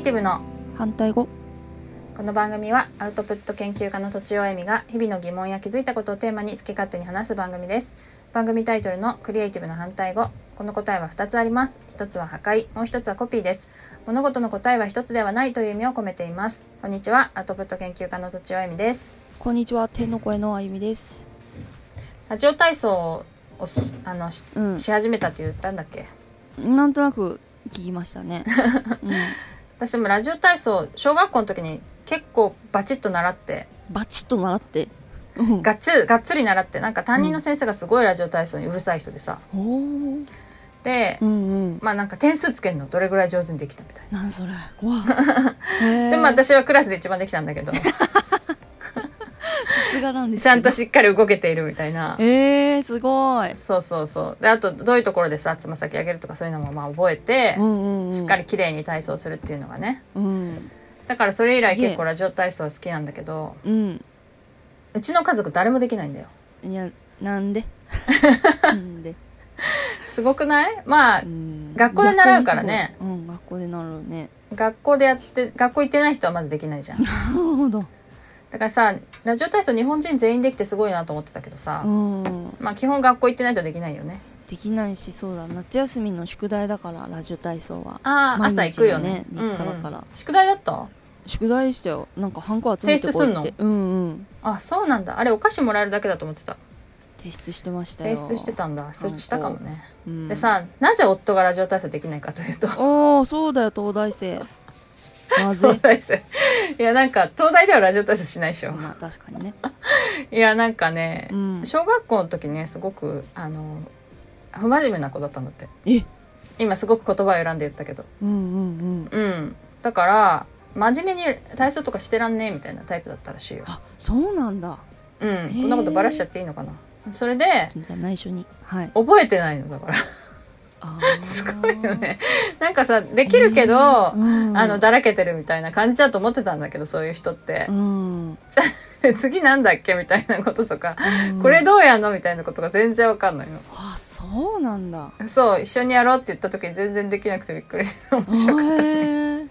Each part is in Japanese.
ティブの反対語。 この番組はアウトプット研究家のとちおえみが日々の疑問や気づいたことをテーマに好き勝手に話す番組です。番組タイトルのクリエイティブの反対語、この答えは2つあります。1つは破壊、もう1つはコピーです。物事の答えは1つではないという意味を込めています。こんにちは、アウトプット研究家のとちおえみです。 こんにちは、天の声のあゆみです。 ラジオ体操をし始めたって言ったんだっけ？ なんとなく聞きましたね。 私もラジオ体操小学校の時に結構バチッと習って、 バチッと習って、 がっつり習って、なんか担任の先生がすごいラジオ体操にうるさい人でさ、で、まあなんか点数つけるのどれぐらい上手にできたみたいな。 なんそれ怖っでも私はクラスで一番できたんだけどさすがなんですちゃんとしっかり動けているみたいな。 すごい。 そうで、あとどういうところでさつま先上げるとかそういうのもまあ覚えて、しっかり綺麗に体操するっていうのがね、だからそれ以来結構ラジオ体操は好きなんだけど、うちの家族誰もできないんだよ。 いや、なんでなんですごくない？まあ、学校で習うからね。 学校で習うね。 学校でやって、学校行ってない人はまずできないじゃん。 なるほど。 だからさ、ラジオ体操日本人全員できてすごいなと思ってたけどさ、まあ基本学校行ってないとできないよね。 できないし、そうだ、夏休みの宿題だからラジオ体操は。 朝行くよね。 日課だから、 宿題だった？ 宿題でしたよ。なんかハンコ集めてこいって。 提出すんの？あ、そうなんだ。あれお菓子もらえるだけだと思ってた。 提出してましたよ。 提出してたんだ。したかもね。でさ、なぜ夫がラジオ体操できないかというと、そうだよ、東大生。なぜ？ 東大生。いや、なんか東大ではラジオ体操しないでしょ。 まあ確かにね。 いや、なんかね、小学校の時ね、すごく不真面目な子だったんだって。今すごく言葉を選んで言ったけど、だから真面目に体操とかしてらんねえみたいなタイプだったらしいよ。 あ、そうなんだ。 こんなことバラしちゃっていいのかな。それで内緒に、 覚えてないのだからすごいよね。なんかさ、できるけど、だらけてるみたいな感じだと思ってたんだけど、そういう人って、じゃあ次なんだっけみたいなこととか、これどうやんのみたいなことが全然わかんないの。 あ、そうなんだ。 そう、一緒にやろうって言った時に全然できなくてびっくりして面白かったね。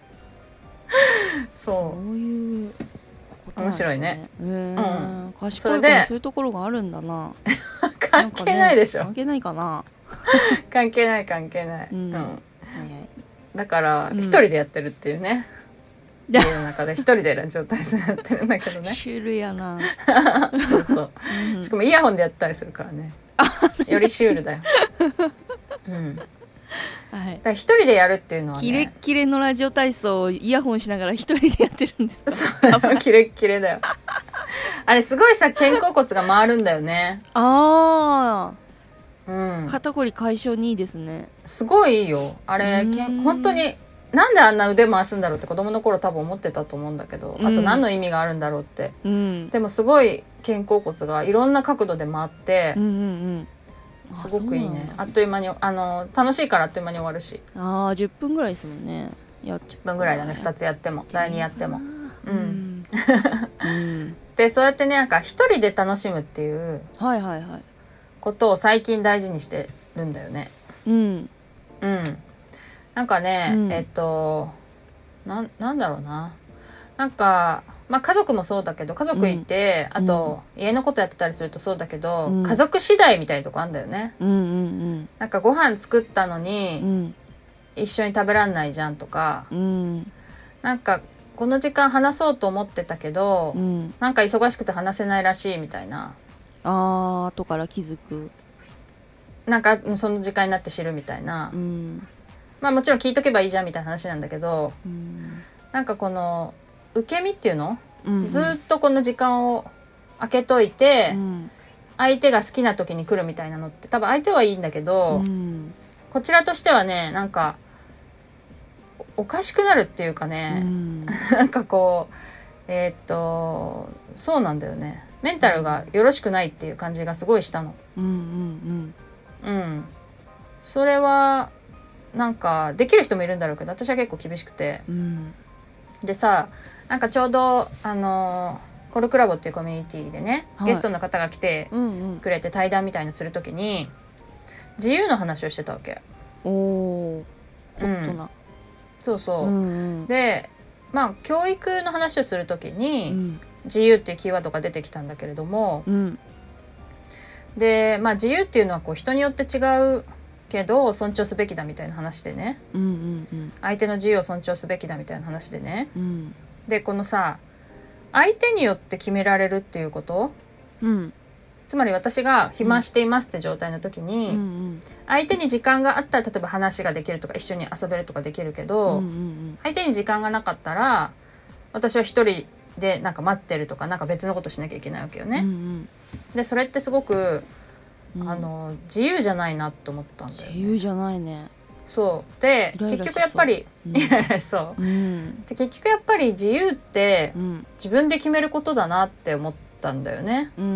そういうことなんですね。 面白いね。 賢いからそういうところがあるんだな。 関係ないでしょ。 関係ないかな。 関係ない。だから一人でやってるっていうね。家の中で一人でラジオ体操やってるんだけどね。 シュールやな。 そう、しかもイヤホンでやったりするからね。よりシュールだよ。だから一人でやるっていうのはね、 キレッキレのラジオ体操をイヤホンしながら一人でやってるんですか？ そう、キレッキレだよ。あれすごいさ、肩甲骨が回るんだよね。 肩こり解消にいいですね。すごいいいよあれ。本当になんであんな腕回すんだろうって子供の頃多分思ってたと思うんだけど、あと何の意味があるんだろうって、でもすごい肩甲骨がいろんな角度で回って、すごくいいね。あっという間に楽しいからあっという間に終わるし。 10分ぐらいですもんね。 10分ぐらいだね。2つやっても第2やっても。でそうやってね、なんか一人で楽しむっていうことを最近大事にしてるんだよね。なんかね、なんだろうな、なんか、まあ、家族もそうだけど、家族いて、あと家のことやってたりするとそうだけど、家族次第みたいなとこあるんだよね。なんかご飯作ったのに、一緒に食べらんないじゃんとか、なんかこの時間話そうと思ってたけど、なんか忙しくて話せないらしいみたいな。 後から気づく。 なんかその時間になって知るみたいな。まあもちろん聞いとけばいいじゃんみたいな話なんだけど、なんかこの受け身っていうの、ずっとこの時間を空けといて、相手が好きな時に来るみたいなのって多分相手はいいんだけど、こちらとしてはね、なんかおかしくなるっていうかね、なんかこうそうなんだよね。メンタルがよろしくないっていう感じがすごいしたの。それはなんかできる人もいるんだろうけど、私は結構厳しくて、でさ、なんかちょうどコルクラボっていうコミュニティでね、ゲストの方が来てくれて対談みたいにするときに自由の話をしてたわけ。 ホットな。 そうそう、 うんうん、 でまあ教育の話をするときに、 うん、 自由っていうキーワードが出てきたんだけれども、 うん、 でまあ自由っていうのはこう人によって違うけど尊重すべきだみたいな話でね、 うんうんうん、 相手の自由を尊重すべきだみたいな話でね、 うん、 でこのさ相手によって決められるっていうこと、 うん、 つまり私が暇していますって状態の時に、 うんうん、 相手に時間があったら例えば話ができるとか一緒に遊べるとかできるけど、 うんうんうん、 相手に時間がなかったら私は一人でなんか待ってるとかなんか別のことしなきゃいけないわけよね、 うんうん、 でそれってすごく、 うん、 自由じゃないなって思ったんだよね。 自由じゃないね。 そうでイライラしそう、 結局やっぱり、 うん、 イライラそう、 うん、 で結局やっぱり自由って、 うん、 自分で決めることだなって思ったんだよね。 うん、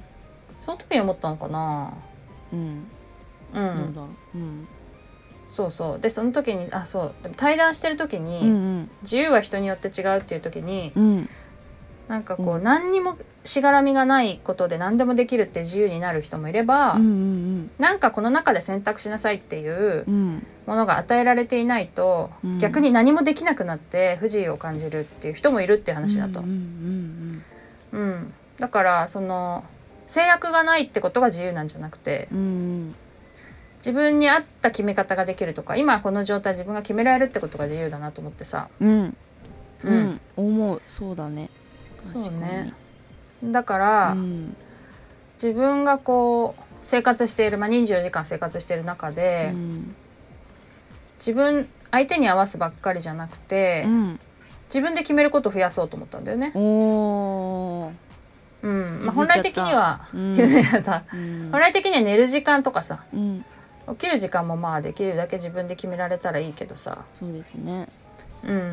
その時に思ったのかな。 うん、 うん、 なんだろう、うん、 そうそうでその時にそうでも対談してる時に、 うんうん、 自由は人によって違うっていう時に、 うん、 なんかこう、 うん、 何にもしがらみがないことで何でもできるって自由になる人もいれば、 うんうん、 なんかこの中で選択しなさいっていううん、 ものが与えられていないと、 うん、 逆に何もできなくなって不自由を感じるっていう人もいるっていう話だと、 うんうんうん、だからその制約がないってことが自由なんじゃなくて、 うんうん、 自分に合った決め方ができるとか今この状態自分が決められるってことが自由だなと思ってさ、 うんうん、 思う。そうだね。 そうね。だから、 うん、 自分がこう生活している、24時間生活している中で、 うん、 相手に合わすばっかりじゃなくて、 うん、 自分で決めることを増やそうと思ったんだよね。 おー、 うん本来的には、 うん、 本来的には寝る時間とかさ、 うん、 起きる時間もまあできるだけ自分で決められたらいいけどさ、 そうですね。 うんうん、うん、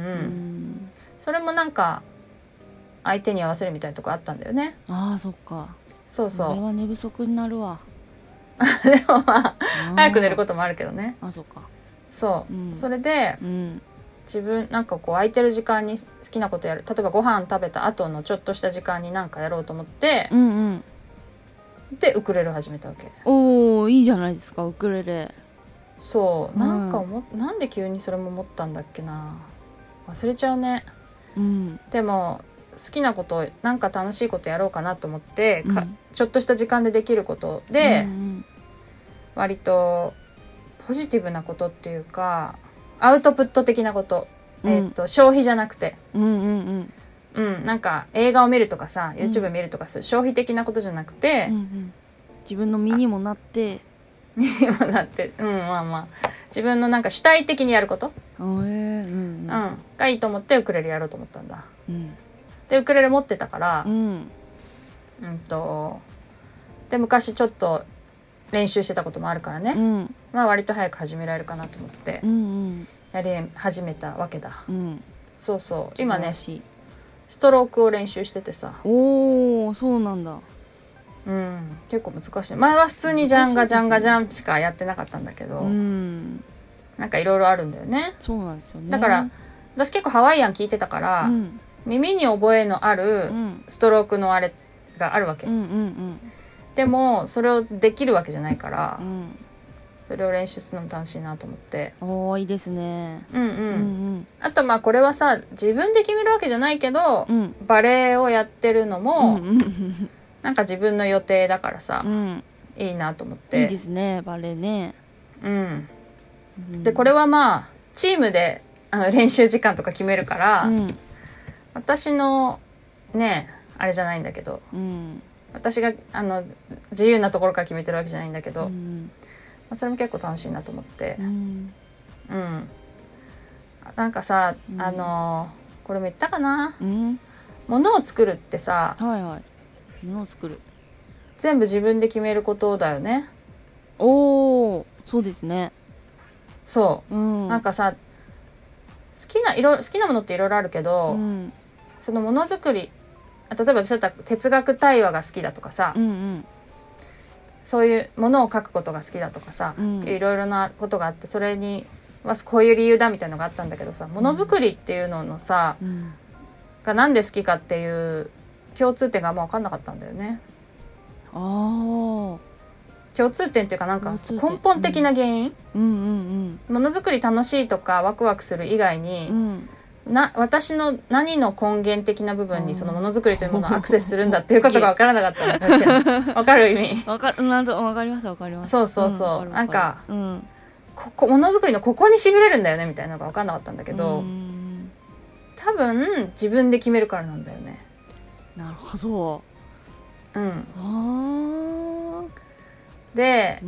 それもなんか相手に合わせるみたいなとこあったんだよね。 ああ、そっか。 そうそう。 それは寝不足になるわ。 でもまあ早く寝ることもあるけどね。 あ、そっか。 そう、 うん、 それで、 うん、 自分なんかこう空いてる時間に好きなことやる、例えばご飯食べた後のちょっとした時間に何かやろうと思って、 うんうん、 でウクレレを始めたわけ。 おー、いいじゃないですか、ウクレレ。 そうなんかなんで急にそれも思ったんだっけな、忘れちゃうね、 うん、 でも好きなことなんか楽しいことやろうかなと思って、 うん、 ちょっとした時間でできることで、 うんうん、 割とポジティブなことっていうかアウトプット的なこと、消費じゃなくて、 うんうんうん、なんか映画を見るとかさ YouTube 見るとか、消費的なことじゃなくて、 うんうん、自分の身にもなって今だって、まあまあ自分のなんか主体的にやること、がいいと思ってウクレレやろうと思ったんだ、 うん、 でウクレレ持ってたから、 うんで昔ちょっと練習してたこともあるからね、 うん、 まあ割と早く始められるかなと思ってやり始めたわけだ、 うん、 そうそう今ねストロークを練習しててさ。 おー、そうなんだ。 うん、結構難しい。前は普通にジャンガジャンガジャンしかやってなかったんだけど、 うん、 なんかいろいろあるんだよね。 そうなんですよね。 だから私結構ハワイアン聞いてたから、うん、耳に覚えのあるストロークのあれがあるわけ、でもそれをできるわけじゃないから、それを練習するのも楽しいなと思って。 おー、いいですね。 あとまあこれはさ自分で決めるわけじゃないけど、バレエをやってるのも、なんか自分の予定だからさ、いいなと思って。 いいですね、バレエね。 でこれはまあチームで練習時間とか決めるから、私のねあれじゃないんだけど、私が自由なところから決めてるわけじゃないんだけど、それも結構楽しいなと思って、なんかさ、これも言ったかな、物を作るってさ、 物を作る全部自分で決めることだよね。 おー、そうですね。 そう、なんかさ好きなものっていろいろあるけど、そのものづくり、例えば私だったら哲学対話が好きだとかさ、そういうものを書くことが好きだとかさ、いろいろなことがあって、それにはこういう理由だみたいなのがあったんだけどさ、ものづくりっていうののさ、がなんで好きかっていう共通点があんま分かんなかったんだよね。 共通点っていうかなんか根本的な原因、ものづくり楽しいとかワクワクする以外に、私の何の根源的な部分にそのものづくりというものをアクセスするんだっていうことが分からなかったんだけど分かる意味分かります分かります。 そうそうそう、なんか、ここものづくりのここにしびれるんだよねみたいなのが分からなかったんだけど、多分自分で決めるからなんだよね。 なるほど。 で、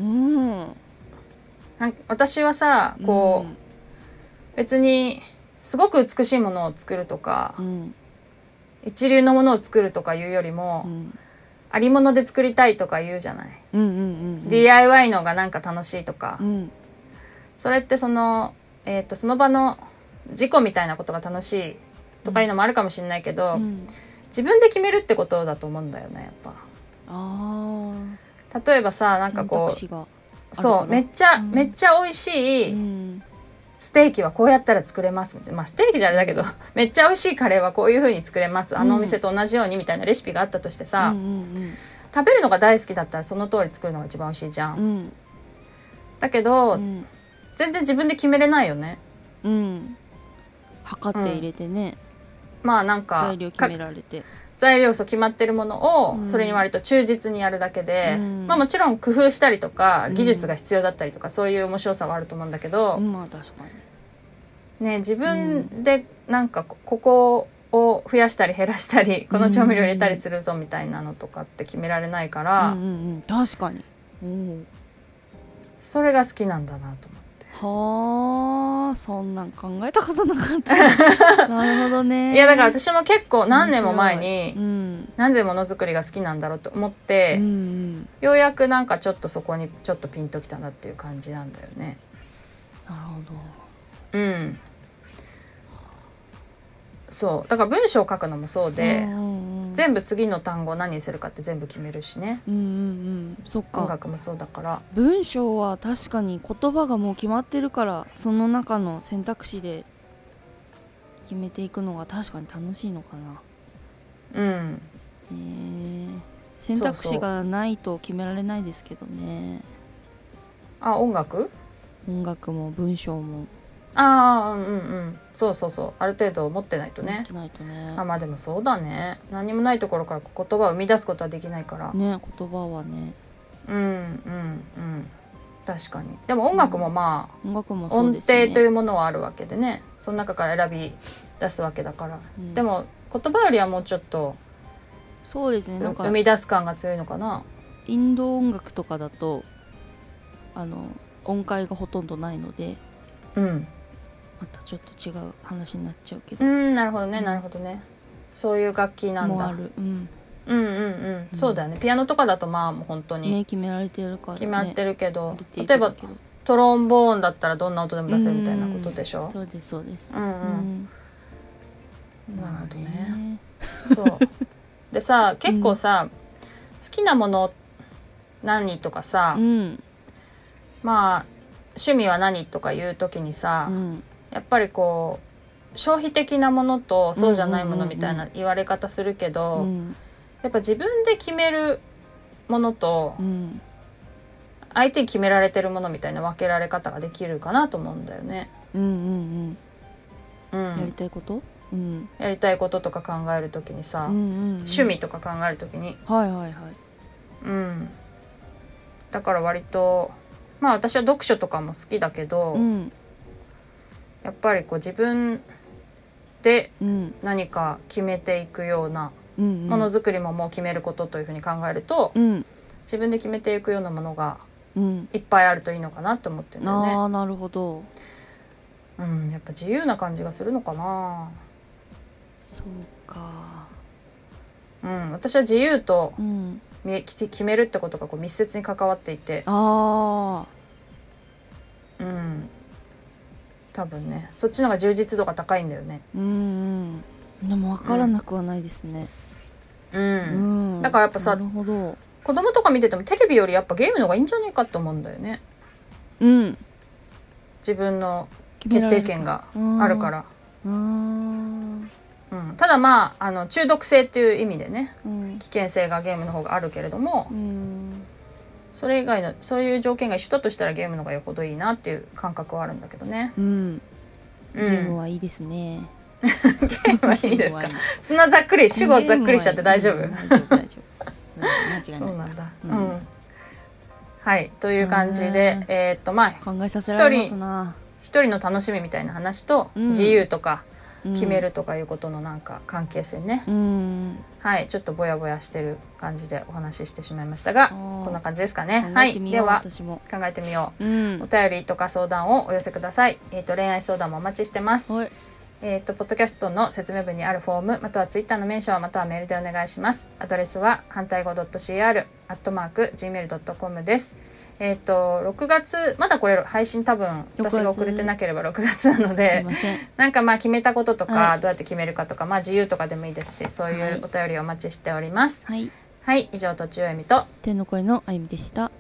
私はさこう、別にすごく美しいものを作るとか、一流のものを作るとかいうよりも、ありもので作りたいとか言うじゃない、DIY のがなんか楽しいとか、それってその場の事故みたいなことが楽しいとかいうのもあるかもしれないけど、自分で決めるってことだと思うんだよねやっぱ。例えばさなんかこうそうめっちゃ美味しいステーキはこうやったら作れますみたいな、まあステーキじゃあれだけどめっちゃ美味しいカレーはこういう風に作れます、あのお店と同じようにみたいなレシピがあったとしてさ、食べるのが大好きだったらその通り作るのが一番美味しいじゃん、だけど、全然自分で決めれないよね。 測って入れてね、 まあなんか材料決められて材料決まってるものをそれに割と忠実にやるだけで、まあもちろん工夫したりとか技術が必要だったりとか、そういう面白さはあると思うんだけど、 まあ確かにね、自分でなんかここを増やしたり減らしたりこの調味料入れたりするぞみたいなのとかって決められないから、 確かにそれが好きなんだなと思って。 はあ、そんなん考えたことなかったなるほどね。 いやだから私も結構何年も前に、なんでものづくりが好きなんだろうと思って、ようやくなんかちょっとそこにちょっとピンときたなっていう感じなんだよね。 なるほど。そうだから文章を書くのもそうで、全部次の単語を何にするかって全部決めるしね。 そっか。 音楽もそうだから。 文章は確かに言葉がもう決まってるから、その中の選択肢で決めていくのが確かに楽しいのかな。選択肢がないと決められないですけどね。 音楽も文章も。 そうそうそう、ある程度持ってないとね。まあでもそうだね、何もないところから言葉を生み出すことはできないからね。言葉はね、 確かに。でも音楽もまあ、 音楽もそうですね、 音程というものはあるわけでね、その中から選び出すわけだから、でも言葉よりはもうちょっとそうですね、なんか生み出す感が強いのかな。 インド音楽とかだと音階がほとんどないので、またちょっと違う話になっちゃうけど、 なるほどね、なるほどね。そういう楽器なんだ。 もある。 そうだよね。ピアノとかだとまあもう本当にね、決められてるからね。 決まってるけど、例えばトロンボーンだったらどんな音でも出せるみたいなことでしょ。 そうですそうです。 なるほどね。そうでさ、結構さ、好きなもの何とかさ、まあ趣味は何とかいう時にさ、やっぱりこう消費的なものとそうじゃないものみたいな言われ方するけど、やっぱ自分で決めるものと、相手に決められてるものみたいな分けられ方ができるかなと思うんだよね。 やりたいこと、 やりたいこととか考えるときにさ、趣味とか考えるときに、だから割とまあ私は読書とかも好きだけど、やっぱりこう自分で何か決めていくようなものづくりももう決めることというふうに考えると、自分で決めていくようなものがいっぱいあるといいのかなって思ってるんだよね。 なるほど。 やっぱ自由な感じがするのかな。 そうか。 私は自由と、決めるってことがこう密接に関わっていて、多分ねそっちの方が充実度が高いんだよね。 でも分からなくはないですね。 だからやっぱさ、 なるほど、 子供とか見ててもテレビよりやっぱゲームの方がいいんじゃないかと思うんだよね。自分の決定権があるから。ただまあ中毒性っていう意味でね、危険性がゲームの方があるけれども、 それ以外のそういう条件が一緒だとしたらゲームの方がよほどいいなっていう感覚はあるんだけどね。 うん、ゲームはいいですね。 ゲームはいいですか。そんなざっくり主語ざっくりしちゃって大丈夫？ 大丈夫間違いない。 そうなんだ。はいという感じでまあ考えさせられますな。 一人の楽しみみたいな話と、自由とか決めるとかいうことのなんか関係性ね、はいちょっとぼやぼやしてる感じでお話ししてしまいましたが、こんな感じですかね。はい、では考えてみよう、お便りとか相談をお寄せください。恋愛相談もお待ちしてます。ポッドキャストの説明文にあるフォームまたはツイッターのメンションまたはメールでお願いします。アドレスは反対語 .cr@gmail.com です。6月まだこれ配信多分私が遅れてなければ6月なので、なんかまあ決めたこととか、どうやって決めるかとか、まあ自由とかでもいいですし、そういうお便りをお待ちしております。はい、以上とちおえみと天の声のあゆみでした。